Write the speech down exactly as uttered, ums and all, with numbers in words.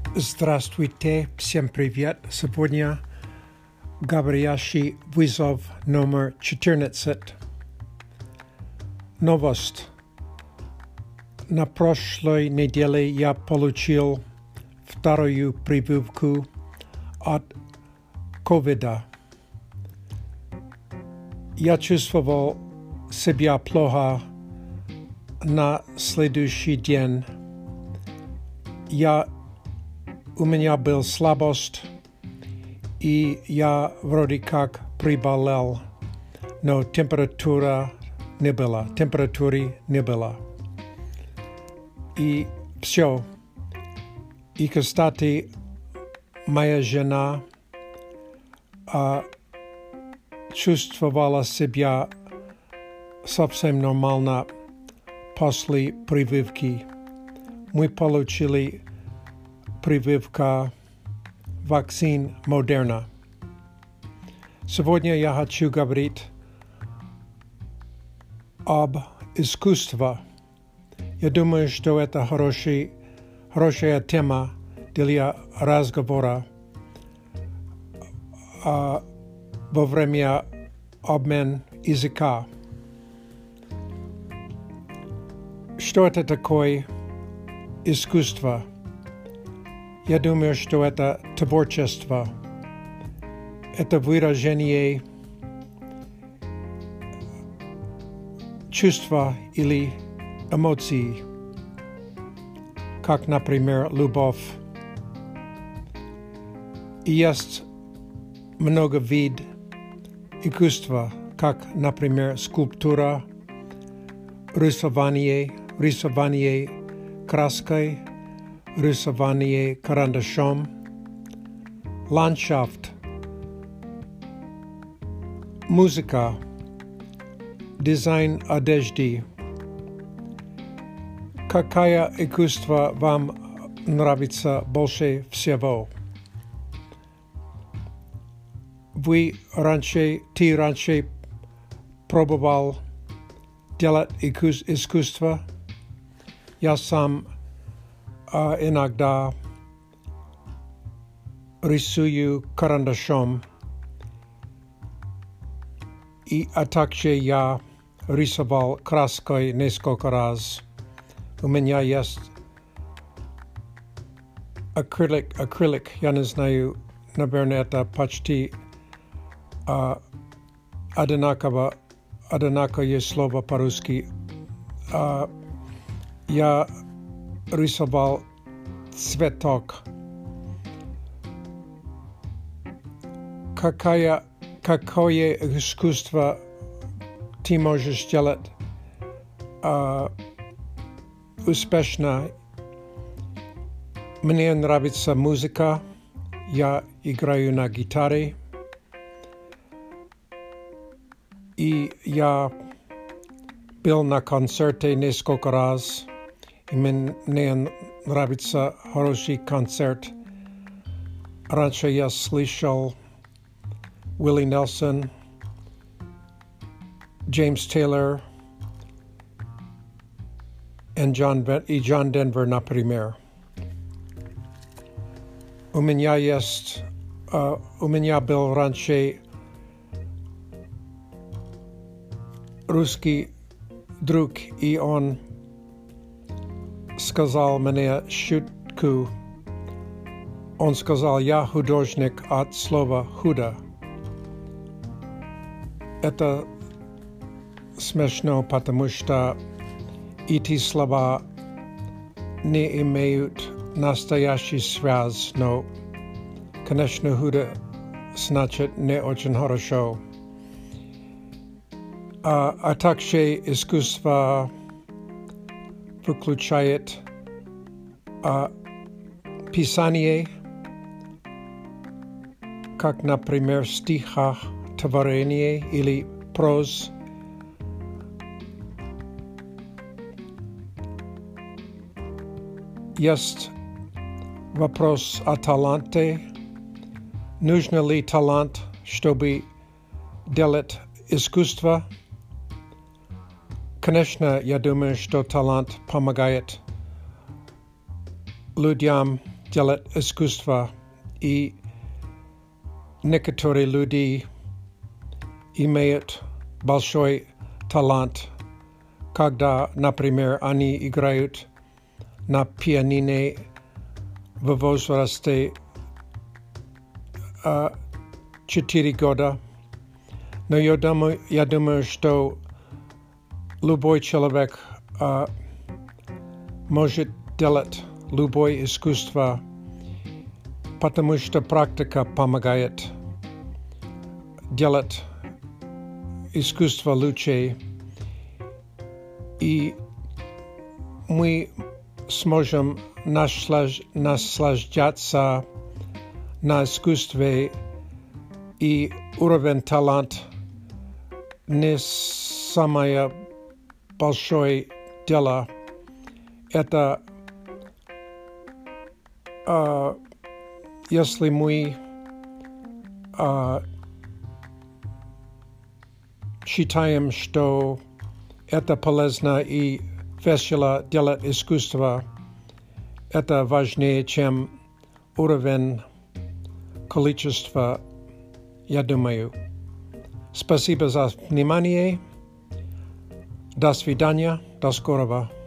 Здравствуйте, всем привет. Сегодня говорящий вызов номер четырнадцать. Новость. На прошлой неделе я получил вторую прививку от ковида. Я чувствовал себя плохо на следующий день. Я У меня был слабость, и я вроде как приболел, но температура не было, температуры не было. И все. И, кстати, моя жена а, чувствовала себя совсем нормально после прививки. Мы получили прививка вакцин Модерна. Сегодня я хочу говорить об искусстве. Я думаю, что это хороший, хорошая тема для разговора а, во время обмена языка. Что это такое искусство? Я думаю, что это творчество. Это выражение чувства или эмоций, как, например, любовь. И есть много видов искусства, как, например, скульптура, рисование, рисование краской, рисование карандашом, ландшафт, музыка, дизайн одежды. Какое искусство вам нравится больше всего? Вы раньше, ты раньше пробовал делать искусство? Я сам а иногда рисую карандашом, и а также я рисовал краской несколько раз. У меня есть акрилик, акрилик, я не знаю, наверное, это почти а, одинаково, одинаковое слово по-русски. А, я рисовал цветок. Какое, какое искусство ты можешь делать uh, успешно? Мне нравится музыка. Я играю на гитаре. И я был на концерте несколько раз. И мне нравится хороший концерт. Раньше я слышал Уилли Нельсон, Джеймс Тейлор и Джон, и Джон Денвер, например. У меня есть, uh, у меня был раньше русский друг, и он сказал мне шутку. Он сказал: я художник от слова худо. Это смешно, потому что эти слова не имеют настоящей связь, но, конечно, худо значит не очень хорошо. А, а также искусство включает а, писание, как, например, стиха, творение или проз. Есть вопрос о таланте. Нужно ли талант, чтобы делать искусство? Конечно, я думаю, что талант помогает людям делать искусство, и некоторые люди имеют большой талант, когда, например, они играют на пианино в возрасте uh, четыре года. Но я думаю, я думаю, что любой человек uh, может делать любое искусство, потому что практика помогает делать искусство лучше, и мы сможем наслаж... наслаждаться на искусстве, и уровень таланта не самое большое дело. Это uh, если мы uh, считаем, что это полезно и весело делать искусство, это важнее, чем уровень количества, я думаю. Спасибо за внимание. До свидания. До скорого.